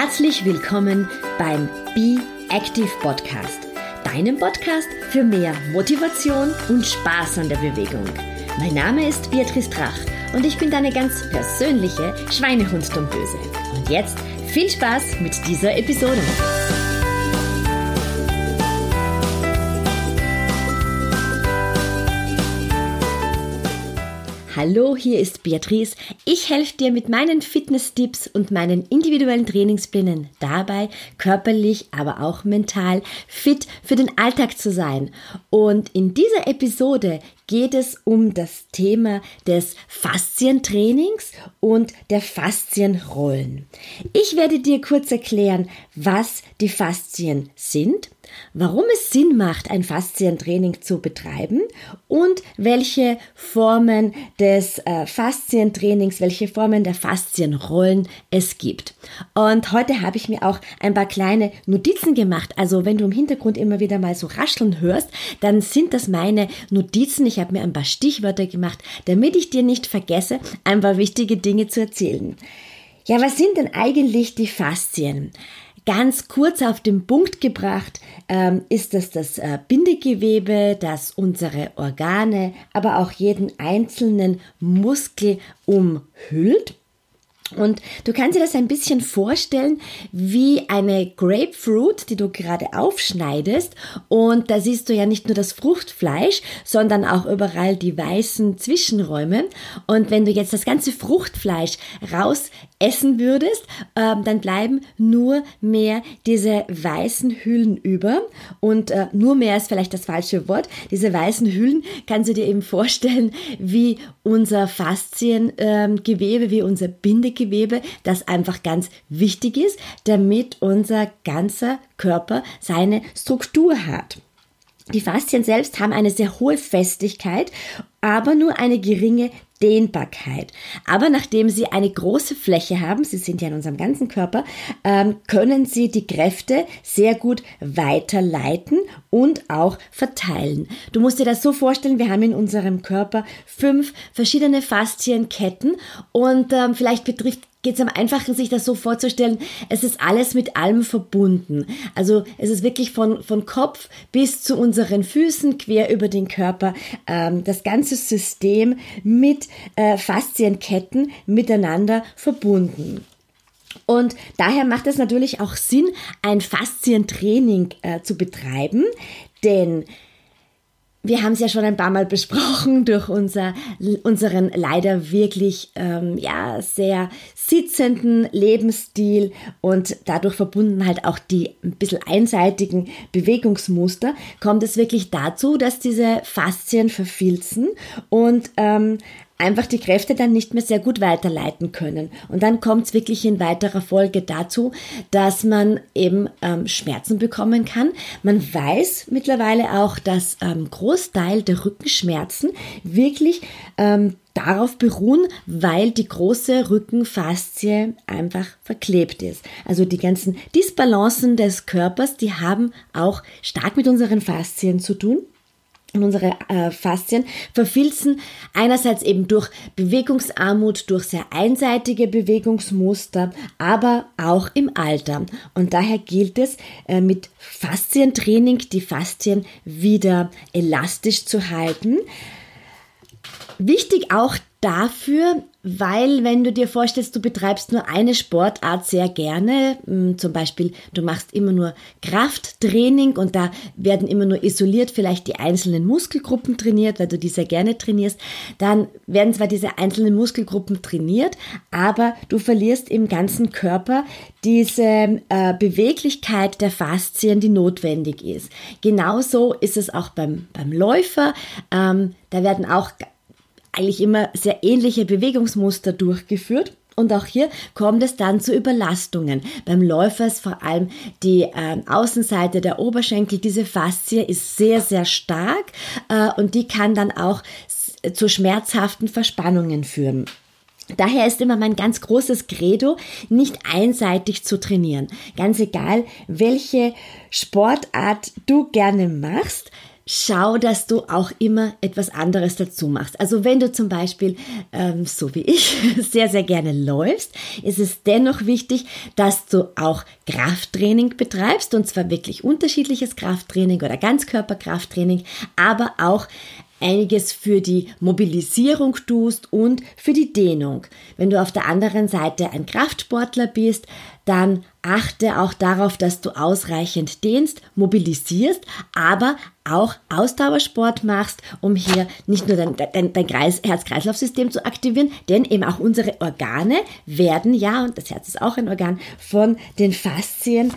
Herzlich willkommen beim Be Active Podcast, deinem Podcast für mehr Motivation und Spaß an der Bewegung. Mein Name ist Beatrice Drach und ich bin deine ganz persönliche Schweinehund-Domböse. Und jetzt viel Spaß mit dieser Episode. Hallo, hier ist Beatrice. Ich helfe dir mit meinen Fitness-Tipps und meinen individuellen Trainingsplänen dabei, körperlich, aber auch mental fit für den Alltag zu sein. Und in dieser Episode geht es um das Thema des Faszientrainings und der Faszienrollen. Ich werde dir kurz erklären, was die Faszien sind, warum es Sinn macht, ein Faszientraining zu betreiben und welche Formen des Faszientrainings, welche Formen der Faszienrollen es gibt. Und heute habe ich mir auch ein paar kleine Notizen gemacht. Also wenn du im Hintergrund immer wieder mal so rascheln hörst, dann sind das meine Notizen. Ich habe mir ein paar Stichwörter gemacht, damit ich dir nicht vergesse, ein paar wichtige Dinge zu erzählen. Ja, was sind denn eigentlich die Faszien? Ganz kurz auf den Punkt gebracht ist es das Bindegewebe, das unsere Organe, aber auch jeden einzelnen Muskel umhüllt. Und du kannst dir das ein bisschen vorstellen wie eine Grapefruit, die du gerade aufschneidest. Und da siehst du ja nicht nur das Fruchtfleisch, sondern auch überall die weißen Zwischenräume. Und wenn du jetzt das ganze Fruchtfleisch raus essen würdest, dann bleiben nur mehr diese weißen Hüllen über. Und nur mehr ist vielleicht das falsche Wort. Diese weißen Hüllen kannst du dir eben vorstellen wie unser Fasziengewebe, wie unser Bindegewebe, das einfach ganz wichtig ist, damit unser ganzer Körper seine Struktur hat. Die Faszien selbst haben eine sehr hohe Festigkeit, aber nur eine geringe Dehnbarkeit. Aber nachdem sie eine große Fläche haben, sie sind ja in unserem ganzen Körper, können sie die Kräfte sehr gut weiterleiten und auch verteilen. Du musst dir das so vorstellen, wir haben in unserem Körper 5 verschiedene Faszienketten und vielleicht geht es am einfachsten, sich das so vorzustellen, es ist alles mit allem verbunden. Also es ist wirklich von Kopf bis zu unseren Füßen, quer über den Körper, das ganze System mit Faszienketten miteinander verbunden. Und daher macht es natürlich auch Sinn, ein Faszientraining zu betreiben, denn wir haben es ja schon ein paar Mal besprochen durch unseren leider wirklich sehr sitzenden Lebensstil und dadurch verbunden halt auch die ein bisschen einseitigen Bewegungsmuster, kommt es wirklich dazu, dass diese Faszien verfilzen und einfach die Kräfte dann nicht mehr sehr gut weiterleiten können. Und dann kommt es wirklich in weiterer Folge dazu, dass man eben Schmerzen bekommen kann. Man weiß mittlerweile auch, dass Großteil der Rückenschmerzen wirklich darauf beruhen, weil die große Rückenfaszie einfach verklebt ist. Also die ganzen Disbalancen des Körpers, die haben auch stark mit unseren Faszien zu tun. Und unsere Faszien verfilzen einerseits eben durch Bewegungsarmut, durch sehr einseitige Bewegungsmuster, aber auch im Alter. Und daher gilt es, mit Faszientraining die Faszien wieder elastisch zu halten. Wichtig auch dafür, weil wenn du dir vorstellst, du betreibst nur eine Sportart sehr gerne, zum Beispiel du machst immer nur Krafttraining und da werden immer nur isoliert vielleicht die einzelnen Muskelgruppen trainiert, weil du die sehr gerne trainierst, dann werden zwar diese einzelnen Muskelgruppen trainiert, aber du verlierst im ganzen Körper diese Beweglichkeit der Faszien, die notwendig ist. Genauso ist es auch beim Läufer, da werden auch eigentlich immer sehr ähnliche Bewegungsmuster durchgeführt. Und auch hier kommt es dann zu Überlastungen. Beim Läufer ist vor allem die Außenseite der Oberschenkel, diese Faszie ist sehr, sehr stark und die kann dann auch zu schmerzhaften Verspannungen führen. Daher ist immer mein ganz großes Credo, nicht einseitig zu trainieren. Ganz egal, welche Sportart du gerne machst, schau, dass du auch immer etwas anderes dazu machst. Also wenn du zum Beispiel, so wie ich, sehr, sehr gerne läufst, ist es dennoch wichtig, dass du auch Krafttraining betreibst, und zwar wirklich unterschiedliches Krafttraining oder Ganzkörperkrafttraining, aber auch einiges für die Mobilisierung tust und für die Dehnung. Wenn du auf der anderen Seite ein Kraftsportler bist, dann achte auch darauf, dass du ausreichend dehnst, mobilisierst, aber auch Ausdauersport machst, um hier nicht nur dein Herz-Kreislauf-System zu aktivieren, denn eben auch unsere Organe werden ja, und das Herz ist auch ein Organ, von den Faszien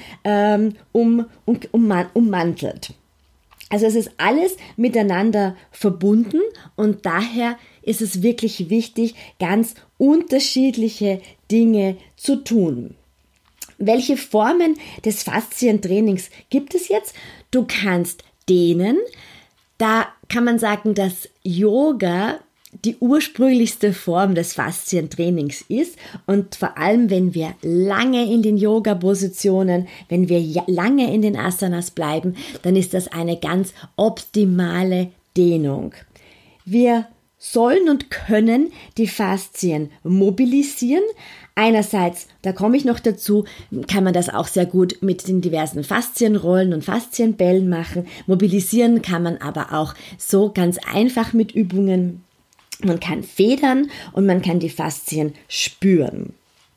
ummantelt. Also es ist alles miteinander verbunden, und daher ist es wirklich wichtig, ganz unterschiedliche Dinge zu tun. Welche Formen des Faszientrainings gibt es jetzt? Du kannst dehnen. Da kann man sagen, dass Yoga die ursprünglichste Form des Faszientrainings ist, und vor allem, wenn wir lange in den Yoga-Positionen, wenn wir lange in den Asanas bleiben, dann ist das eine ganz optimale Dehnung. Wir sollen und können die Faszien mobilisieren. Einerseits, da komme ich noch dazu, kann man das auch sehr gut mit den diversen Faszienrollen und Faszienbällen machen. Mobilisieren kann man aber auch so ganz einfach mit Übungen. Man kann federn und man kann die Faszien spüren.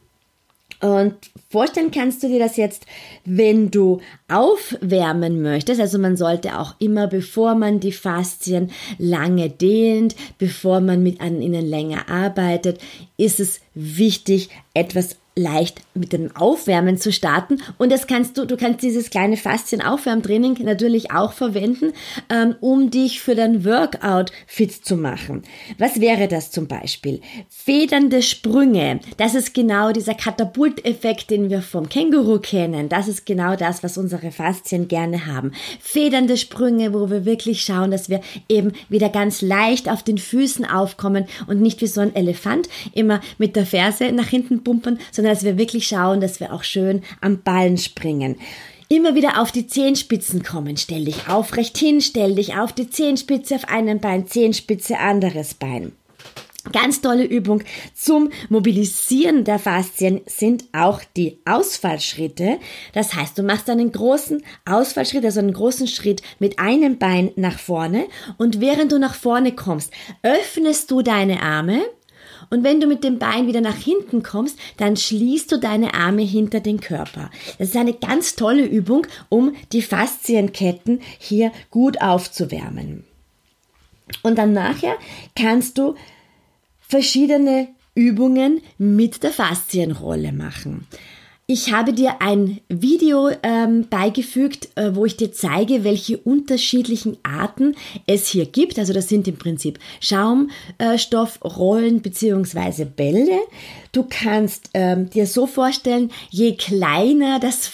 Und vorstellen kannst du dir das jetzt, wenn du aufwärmen möchtest. Also man sollte auch immer, bevor man die Faszien lange dehnt, bevor man mit ihnen länger arbeitet, ist es wichtig, etwas leicht mit dem Aufwärmen zu starten. Und du kannst dieses kleine Faszien-Aufwärmtraining natürlich auch verwenden, um dich für dein Workout fit zu machen. Was wäre das zum Beispiel? Federnde Sprünge. Das ist genau dieser Katapulteffekt, den wir vom Känguru kennen. Das ist genau das, was unsere Faszien gerne haben. Federnde Sprünge, wo wir wirklich schauen, dass wir eben wieder ganz leicht auf den Füßen aufkommen und nicht wie so ein Elefant immer mit der Ferse nach hinten pumpen, sondern dass wir wirklich schauen, dass wir auch schön am Ballen springen. Immer wieder auf die Zehenspitzen kommen. Stell dich aufrecht hin, stell dich auf die Zehenspitze auf einem Bein, Zehenspitze anderes Bein. Ganz tolle Übung zum Mobilisieren der Faszien sind auch die Ausfallschritte. Das heißt, du machst einen großen Ausfallschritt, also einen großen Schritt mit einem Bein nach vorne, und während du nach vorne kommst, öffnest du deine Arme. Und wenn du mit dem Bein wieder nach hinten kommst, dann schließt du deine Arme hinter den Körper. Das ist eine ganz tolle Übung, um die Faszienketten hier gut aufzuwärmen. Und dann nachher kannst du verschiedene Übungen mit der Faszienrolle machen. Ich habe dir ein Video beigefügt, wo ich dir zeige, welche unterschiedlichen Arten es hier gibt. Also das sind im Prinzip Schaumstoffrollen bzw. Bälle. Du kannst dir so vorstellen, je kleiner das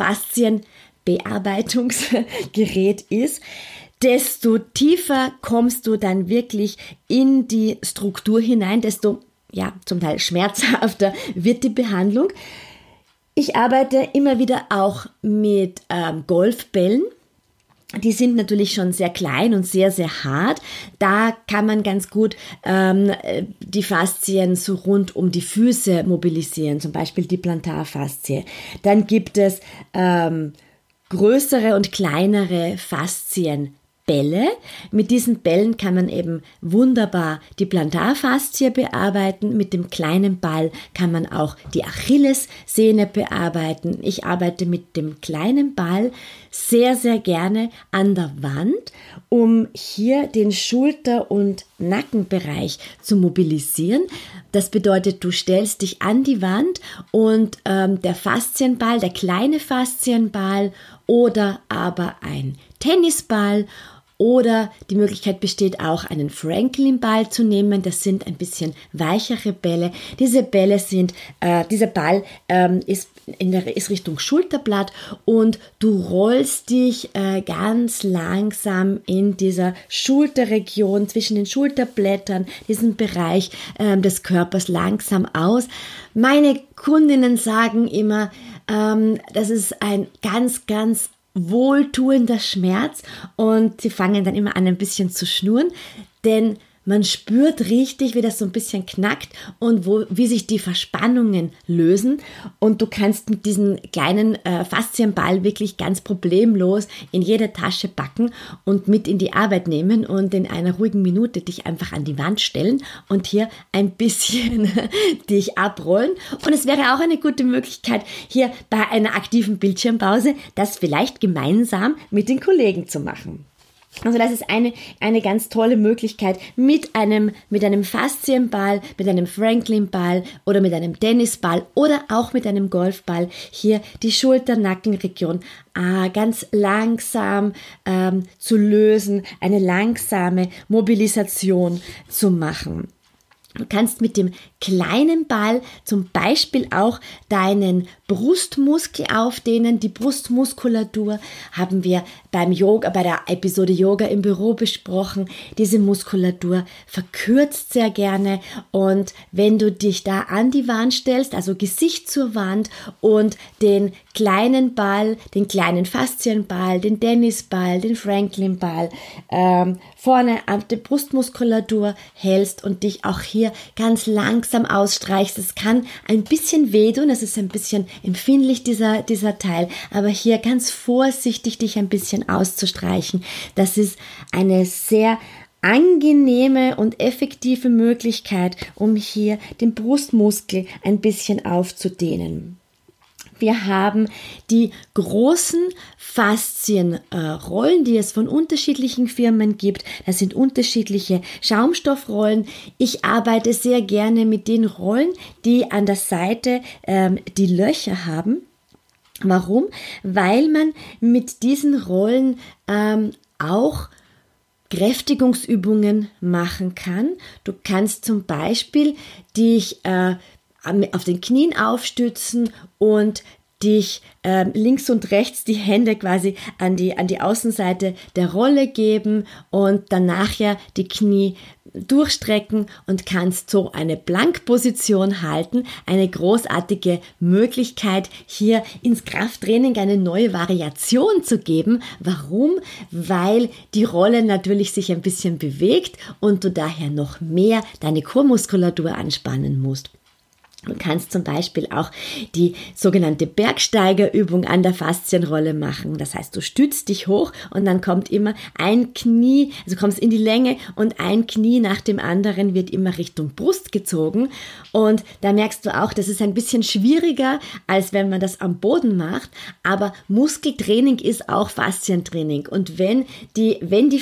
Faszienbearbeitungsgerät ist, desto tiefer kommst du dann wirklich in die Struktur hinein, desto zum Teil schmerzhafter wird die Behandlung. Ich arbeite immer wieder auch mit Golfbällen. Die sind natürlich schon sehr klein und sehr, sehr hart. Da kann man ganz gut die Faszien so rund um die Füße mobilisieren, zum Beispiel die Plantarfaszie. Dann gibt es größere und kleinere Faszienbälle. Mit diesen Bällen kann man eben wunderbar die Plantarfaszie bearbeiten. Mit dem kleinen Ball kann man auch die Achillessehne bearbeiten. Ich arbeite mit dem kleinen Ball sehr, sehr gerne an der Wand, um hier den Schulter- und Nackenbereich zu mobilisieren. Das bedeutet, du stellst dich an die Wand und der Faszienball, der kleine Faszienball oder aber ein Tennisball, oder die Möglichkeit besteht auch, einen Franklin-Ball zu nehmen. Das sind ein bisschen weichere Bälle. Dieser Ball ist Richtung Schulterblatt, und du rollst dich ganz langsam in dieser Schulterregion, zwischen den Schulterblättern, diesen Bereich des Körpers langsam aus. Meine Kundinnen sagen immer, das ist ein ganz, ganz wohltuender Schmerz und sie fangen dann immer an, ein bisschen zu schnurren, denn man spürt richtig, wie das so ein bisschen knackt und wie sich die Verspannungen lösen. Und du kannst mit diesem kleinen Faszienball wirklich ganz problemlos in jede Tasche packen und mit in die Arbeit nehmen und in einer ruhigen Minute dich einfach an die Wand stellen und hier ein bisschen dich abrollen. Und es wäre auch eine gute Möglichkeit, hier bei einer aktiven Bildschirmpause das vielleicht gemeinsam mit den Kollegen zu machen. Also das ist eine ganz tolle Möglichkeit, mit einem Faszienball, mit einem Franklin-Ball oder mit einem Tennisball oder auch mit einem Golfball hier die Schulter-Nackenregion ganz langsam zu lösen, eine langsame Mobilisation zu machen. Du kannst mit dem kleinen Ball zum Beispiel auch deinen Brustmuskel aufdehnen. Die Brustmuskulatur haben wir beim Yoga, bei der Episode Yoga im Büro besprochen. Diese Muskulatur verkürzt sehr gerne und wenn du dich da an die Wand stellst, also Gesicht zur Wand und den kleinen Ball, den kleinen Faszienball, den Tennisball, den Franklin-Ball vorne an der Brustmuskulatur hältst und dich auch hier ganz langsam ausstreichst. Es kann ein bisschen wehtun, es ist ein bisschen empfindlich, dieser Teil, aber hier ganz vorsichtig dich ein bisschen auszustreichen. Das ist eine sehr angenehme und effektive Möglichkeit, um hier den Brustmuskel ein bisschen aufzudehnen. Wir haben die großen Faszienrollen, die es von unterschiedlichen Firmen gibt. Das sind unterschiedliche Schaumstoffrollen. Ich arbeite sehr gerne mit den Rollen, die an der Seite die Löcher haben. Warum? Weil man mit diesen Rollen auch Kräftigungsübungen machen kann. Du kannst zum Beispiel dich auf den Knien aufstützen und dich links und rechts die Hände quasi an die Außenseite der Rolle geben und dann nachher die Knie durchstrecken und kannst so eine Plankposition halten. Eine großartige Möglichkeit, hier ins Krafttraining eine neue Variation zu geben. Warum? Weil die Rolle natürlich sich ein bisschen bewegt und du daher noch mehr deine Chormuskulatur anspannen musst. Du kannst zum Beispiel auch die sogenannte Bergsteigerübung an der Faszienrolle machen. Das heißt, du stützt dich hoch und dann kommt immer ein Knie, also kommst in die Länge und ein Knie nach dem anderen wird immer Richtung Brust gezogen. Und da merkst du auch, das ist ein bisschen schwieriger, als wenn man das am Boden macht. Aber Muskeltraining ist auch Faszientraining. Und wenn du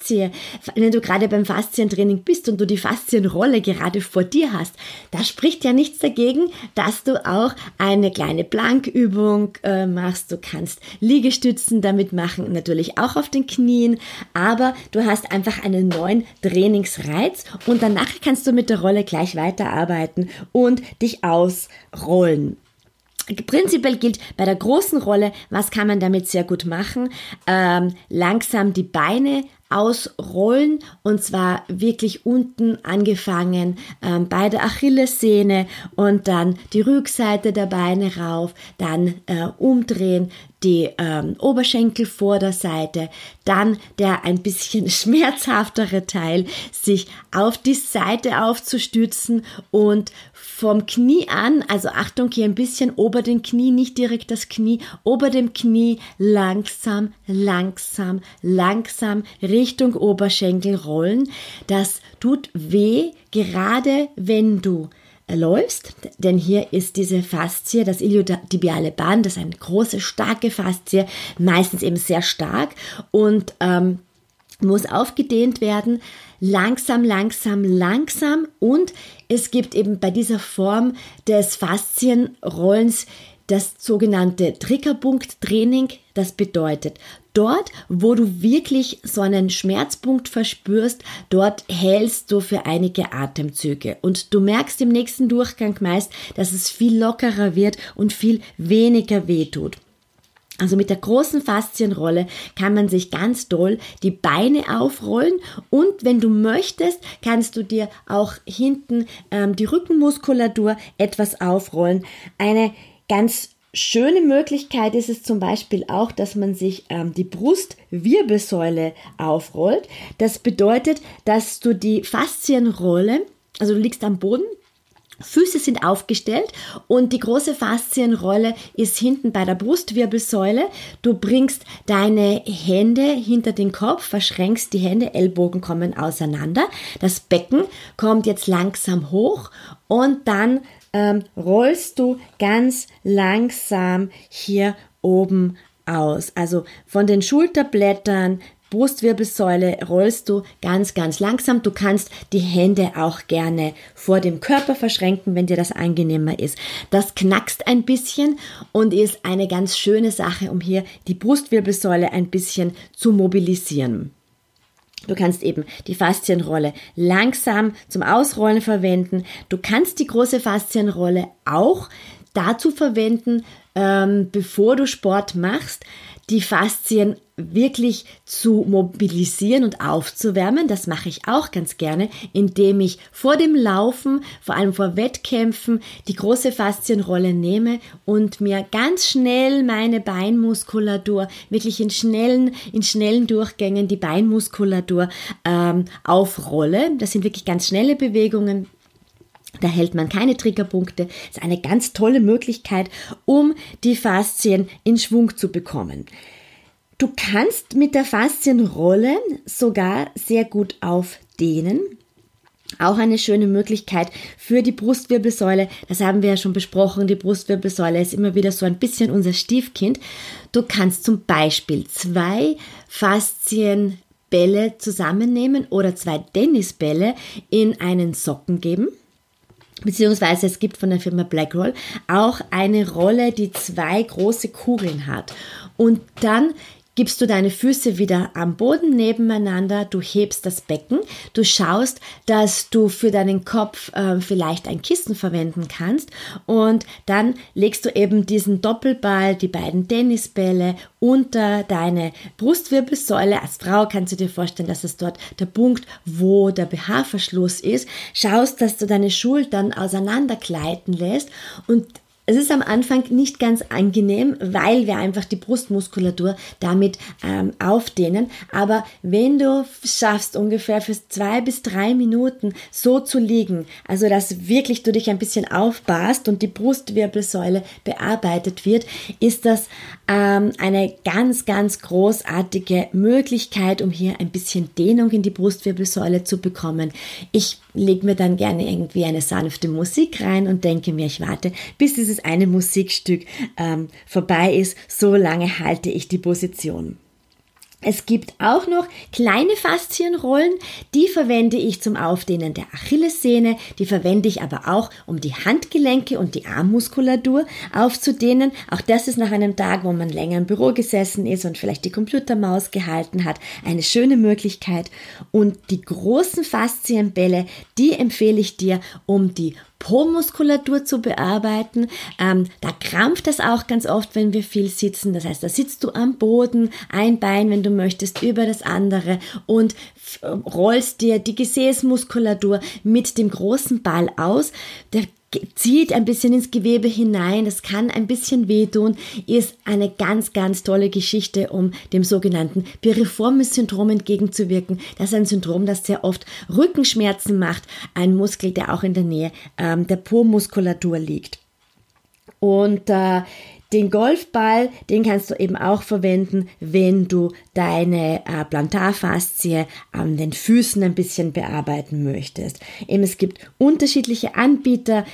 gerade beim Faszientraining bist und du die Faszienrolle gerade vor dir hast, da spricht ja nichts dagegen, dass du auch eine kleine Plankübung machst. Du kannst Liegestützen damit machen, natürlich auch auf den Knien, aber du hast einfach einen neuen Trainingsreiz und danach kannst du mit der Rolle gleich weiterarbeiten und dich ausrollen. Prinzipiell gilt bei der großen Rolle, was kann man damit sehr gut machen? Langsam die Beine ausrollen und zwar wirklich unten angefangen bei der Achillessehne und dann die Rückseite der Beine rauf, dann umdrehen, die Oberschenkelvorderseite, dann der ein bisschen schmerzhaftere Teil, sich auf die Seite aufzustützen und vom Knie an, also Achtung, hier ein bisschen ober dem Knie, nicht direkt das Knie, ober dem Knie langsam Richtung Oberschenkel rollen. Das tut weh, gerade wenn du läufst, denn hier ist diese Faszie, das iliotibiale Band, das ist eine große, starke Faszie, meistens eben sehr stark und muss aufgedehnt werden, langsam und es gibt eben bei dieser Form des Faszienrollens das sogenannte Triggerpunkttraining. Das bedeutet, dort, wo du wirklich so einen Schmerzpunkt verspürst, dort hältst du für einige Atemzüge. Und du merkst im nächsten Durchgang meist, dass es viel lockerer wird und viel weniger wehtut. Also mit der großen Faszienrolle kann man sich ganz doll die Beine aufrollen und wenn du möchtest, kannst du dir auch hinten die Rückenmuskulatur etwas aufrollen. Eine ganz Schöne Möglichkeit ist es zum Beispiel auch, dass man sich die Brustwirbelsäule aufrollt. Das bedeutet, dass du die Faszienrolle, also du liegst am Boden, Füße sind aufgestellt und die große Faszienrolle ist hinten bei der Brustwirbelsäule. Du bringst deine Hände hinter den Kopf, verschränkst die Hände, Ellbogen kommen auseinander. Das Becken kommt jetzt langsam hoch und dann rollst du ganz langsam hier oben aus. Also von den Schulterblättern, Brustwirbelsäule rollst du ganz, ganz langsam. Du kannst die Hände auch gerne vor dem Körper verschränken, wenn dir das angenehmer ist. Das knackst ein bisschen und ist eine ganz schöne Sache, um hier die Brustwirbelsäule ein bisschen zu mobilisieren. Du kannst eben die Faszienrolle langsam zum Ausrollen verwenden. Du kannst die große Faszienrolle auch dazu verwenden, bevor du Sport machst, die Faszien wirklich zu mobilisieren und aufzuwärmen. Das mache ich auch ganz gerne, indem ich vor dem Laufen, vor allem vor Wettkämpfen, die große Faszienrolle nehme und mir ganz schnell meine Beinmuskulatur, wirklich in schnellen Durchgängen die Beinmuskulatur aufrolle. Das sind wirklich ganz schnelle Bewegungen. Da hält man keine Triggerpunkte. Das ist eine ganz tolle Möglichkeit, um die Faszien in Schwung zu bekommen. Du kannst mit der Faszienrolle sogar sehr gut aufdehnen. Auch eine schöne Möglichkeit für die Brustwirbelsäule. Das haben wir ja schon besprochen. Die Brustwirbelsäule ist immer wieder so ein bisschen unser Stiefkind. Du kannst zum Beispiel 2 Faszienbälle zusammennehmen oder 2 Tennisbälle in einen Socken geben. Beziehungsweise es gibt von der Firma Blackroll auch eine Rolle, die 2 große Kugeln hat. Und dann gibst du deine Füße wieder am Boden nebeneinander, du hebst das Becken, du schaust, dass du für deinen Kopf vielleicht ein Kissen verwenden kannst und dann legst du eben diesen Doppelball, die beiden Tennisbälle unter deine Brustwirbelsäule. Als Frau kannst du dir vorstellen, dass es dort der Punkt, wo der BH-Verschluss ist, schaust, dass du deine Schultern auseinandergleiten lässt und es ist am Anfang nicht ganz angenehm, weil wir einfach die Brustmuskulatur damit aufdehnen. Aber wenn du schaffst, ungefähr für 2 bis 3 Minuten so zu liegen, also dass wirklich du dich ein bisschen aufbahrst und die Brustwirbelsäule bearbeitet wird, ist das eine ganz, ganz großartige Möglichkeit, um hier ein bisschen Dehnung in die Brustwirbelsäule zu bekommen. Ich lege mir dann gerne irgendwie eine sanfte Musik rein und denke mir, ich warte, bis dieses eine Musikstück vorbei ist. So lange halte ich die Position. Es gibt auch noch kleine Faszienrollen, die verwende ich zum Aufdehnen der Achillessehne, die verwende ich aber auch, um die Handgelenke und die Armmuskulatur aufzudehnen. Auch das ist nach einem Tag, wo man länger im Büro gesessen ist und vielleicht die Computermaus gehalten hat, eine schöne Möglichkeit. Und die großen Faszienbälle, die empfehle ich dir, um die Po-Muskulatur zu bearbeiten. Da krampft das auch ganz oft, wenn wir viel sitzen. Das heißt, da sitzt du am Boden, ein Bein, wenn du möchtest, über das andere und rollst dir die Gesäßmuskulatur mit dem großen Ball aus. Der zieht ein bisschen ins Gewebe hinein, das kann ein bisschen wehtun, ist eine ganz, ganz tolle Geschichte, um dem sogenannten Piriformis-Syndrom entgegenzuwirken. Das ist ein Syndrom, das sehr oft Rückenschmerzen macht, ein Muskel, der auch in der Nähe der Po-Muskulatur liegt. Und den Golfball, den kannst du eben auch verwenden, wenn du deine Plantarfaszie an den Füßen ein bisschen bearbeiten möchtest. Eben, es gibt unterschiedliche Anbieter,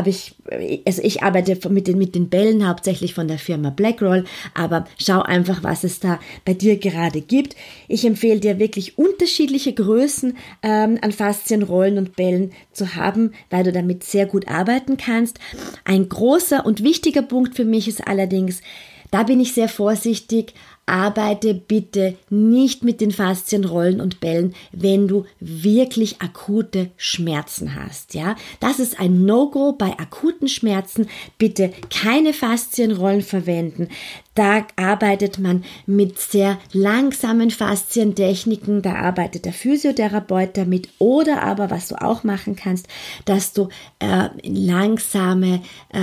ich arbeite mit den Bällen hauptsächlich von der Firma Blackroll, aber schau einfach, was es da bei dir gerade gibt. Ich empfehle dir wirklich unterschiedliche Größen an Faszienrollen und Bällen zu haben, weil du damit sehr gut arbeiten kannst. Ein großer und wichtiger Punkt für mich ist allerdings, da bin ich sehr vorsichtig, arbeite bitte nicht mit den Faszienrollen und Bällen, wenn du wirklich akute Schmerzen hast, ja. Das ist ein No-Go bei akuten Schmerzen. Bitte keine Faszienrollen verwenden. Da arbeitet man mit sehr langsamen Faszientechniken, da arbeitet der Physiotherapeut damit, oder aber, was du auch machen kannst, dass du in langsame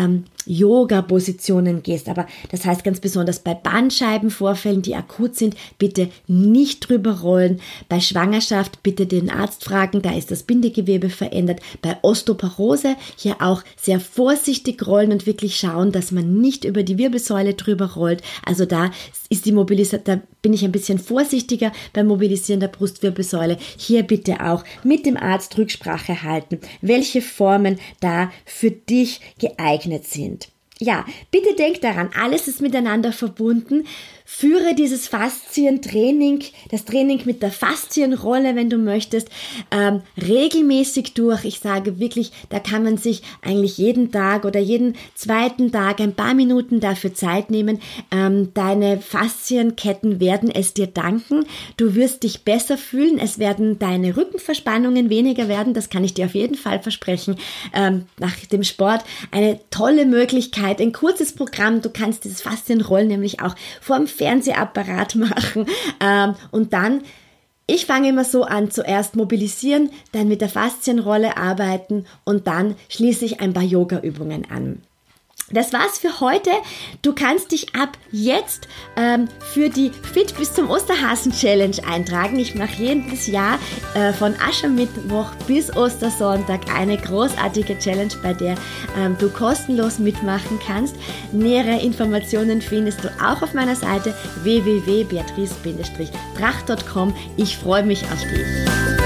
Yoga-Positionen gehst. Aber das heißt ganz besonders bei Bandscheibenvorfällen, die akut sind, bitte nicht drüber rollen. Bei Schwangerschaft bitte den Arzt fragen, da ist das Bindegewebe verändert. Bei Osteoporose hier auch sehr vorsichtig rollen und wirklich schauen, dass man nicht über die Wirbelsäule drüber rollt. Also da ist die da bin ich ein bisschen vorsichtiger beim Mobilisieren der Brustwirbelsäule. Hier bitte auch mit dem Arzt Rücksprache halten, welche Formen da für dich geeignet sind. Ja, bitte denk daran, alles ist miteinander verbunden. Führe dieses Faszientraining, das Training mit der Faszienrolle, wenn du möchtest, regelmäßig durch. Ich sage wirklich, da kann man sich eigentlich jeden Tag oder jeden zweiten Tag ein paar Minuten dafür Zeit nehmen. Deine Faszienketten werden es dir danken. Du wirst dich besser fühlen. Es werden deine Rückenverspannungen weniger werden. Das kann ich dir auf jeden Fall versprechen. Nach dem Sport eine tolle Möglichkeit, ein kurzes Programm. Du kannst dieses Faszienrollen nämlich auch vor dem Fernsehapparat machen und dann, ich fange immer so an, zuerst mobilisieren, dann mit der Faszienrolle arbeiten und dann schließe ich ein paar Yoga-Übungen an. Das war's für heute. Du kannst dich ab jetzt für die Fit bis zum Osterhasen Challenge eintragen. Ich mache jedes Jahr von Aschermittwoch bis Ostersonntag eine großartige Challenge, bei der du kostenlos mitmachen kannst. Nähere Informationen findest du auch auf meiner Seite www.beatrice-tracht.com. Ich freue mich auf dich.